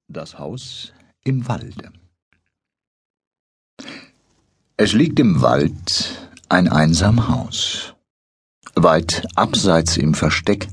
Das Haus im Walde. Es liegt im Wald ein einsam Haus, weit abseits im Versteck.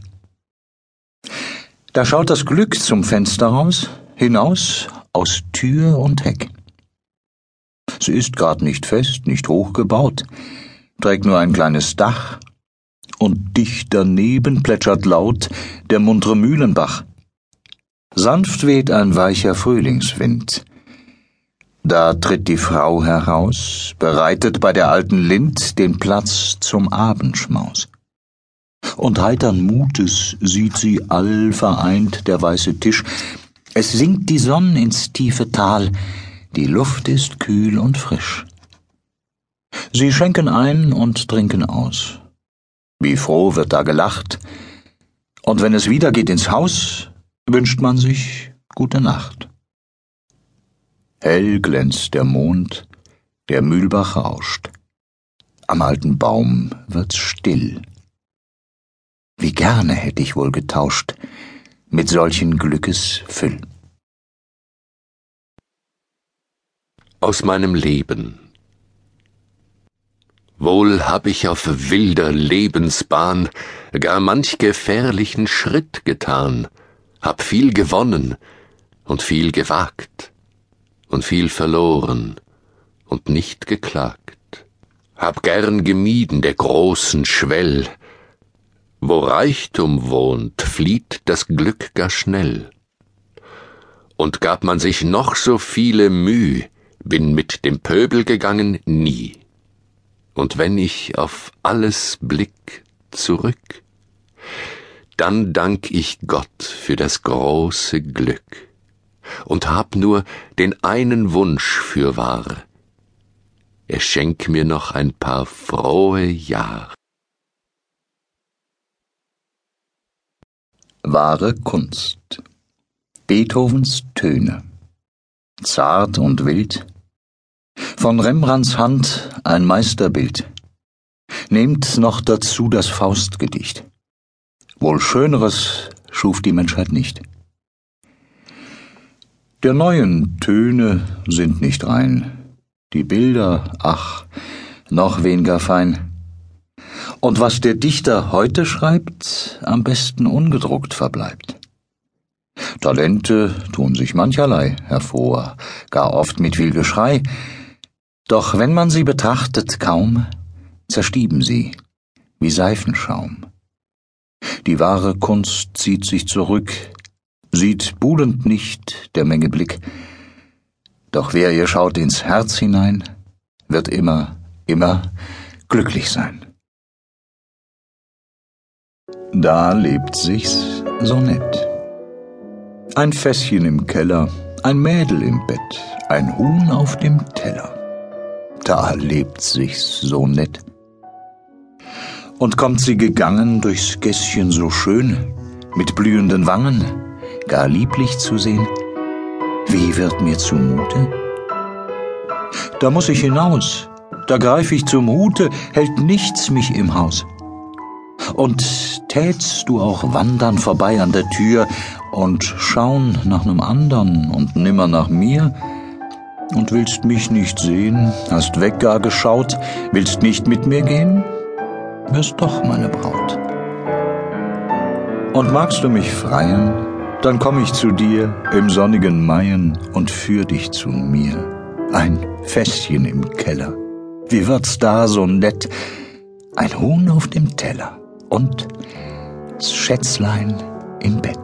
Da schaut das Glück zum Fenster raus, hinaus aus Tür und Heck. Sie ist grad nicht fest, nicht hoch gebaut, trägt nur ein kleines Dach, und dicht daneben plätschert laut der muntre Mühlenbach. Sanft weht ein weicher Frühlingswind. Da tritt die Frau heraus, bereitet bei der alten Lind den Platz zum Abendschmaus. Und heitern Mutes sieht sie all vereint der weiße Tisch. Es sinkt die Sonn ins tiefe Tal, die Luft ist kühl und frisch. Sie schenken ein und trinken aus. Wie froh wird da gelacht. Und wenn es wieder geht ins Haus, wünscht man sich gute Nacht. Hell glänzt der Mond, der Mühlbach rauscht. Am alten Baum wird's still. Wie gerne hätt ich wohl getauscht mit solchen Glückes Füll. Aus meinem Leben. Wohl hab ich auf wilder Lebensbahn gar manch gefährlichen Schritt getan, hab viel gewonnen und viel gewagt und viel verloren und nicht geklagt, hab gern gemieden der großen Schwell. Wo Reichtum wohnt, flieht das Glück gar schnell. Und gab man sich noch so viele Müh, bin mit dem Pöbel gegangen nie. Und wenn ich auf alles blick zurück, dann dank ich Gott für das große Glück und hab nur den einen Wunsch fürwahr: er schenk mir noch ein paar frohe Jahr. Wahre Kunst. Beethovens Töne. Zart und wild. Von Rembrandts Hand ein Meisterbild. Nehmt noch dazu das Faustgedicht. Wohl Schöneres schuf die Menschheit nicht. Der neuen Töne sind nicht rein, die Bilder, ach, noch weniger fein. Und was der Dichter heute schreibt, am besten ungedruckt verbleibt. Talente tun sich mancherlei hervor, gar oft mit viel Geschrei. Doch wenn man sie betrachtet kaum, zerstieben sie wie Seifenschaum. Die wahre Kunst zieht sich zurück, sieht buhlend nicht der Menge Blick. Doch wer ihr schaut ins Herz hinein, wird immer, immer glücklich sein. Da lebt sich's so nett. Ein Fässchen im Keller, ein Mädel im Bett, ein Huhn auf dem Teller. Da lebt sich's so nett. Und kommt sie gegangen durchs Gässchen so schön, mit blühenden Wangen, gar lieblich zu sehen, wie wird mir zumute? Da muß ich hinaus, da greif ich zum Hute, hält nichts mich im Haus. Und tätst du auch wandern vorbei an der Tür und schauen nach nem andern und nimmer nach mir, und willst mich nicht sehen, hast weg gar geschaut, willst nicht mit mir gehen, wirst doch meine Braut. Und magst du mich freien, dann komm ich zu dir im sonnigen Maien und führ dich zu mir. Ein Fässchen im Keller, wie wird's da so nett, ein Huhn auf dem Teller und das Schätzlein im Bett.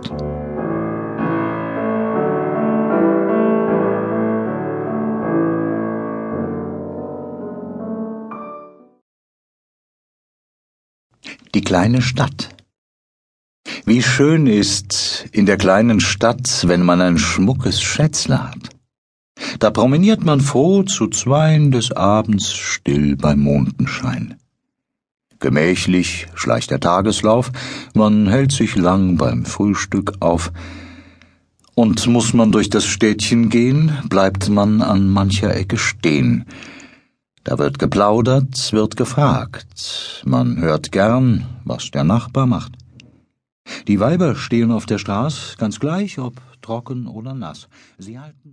Die kleine Stadt. Wie schön ist in der kleinen Stadt, wenn man ein schmuckes Schätzle hat. Da promeniert man froh zu zweien des Abends still beim Mondenschein. Gemächlich schleicht der Tageslauf, man hält sich lang beim Frühstück auf. Und muß man durch das Städtchen gehen, bleibt man an mancher Ecke stehen. Da wird geplaudert, wird gefragt, man hört gern, was der Nachbar macht. Die Weiber stehen auf der Straß, ganz gleich, ob trocken oder nass. Sie halten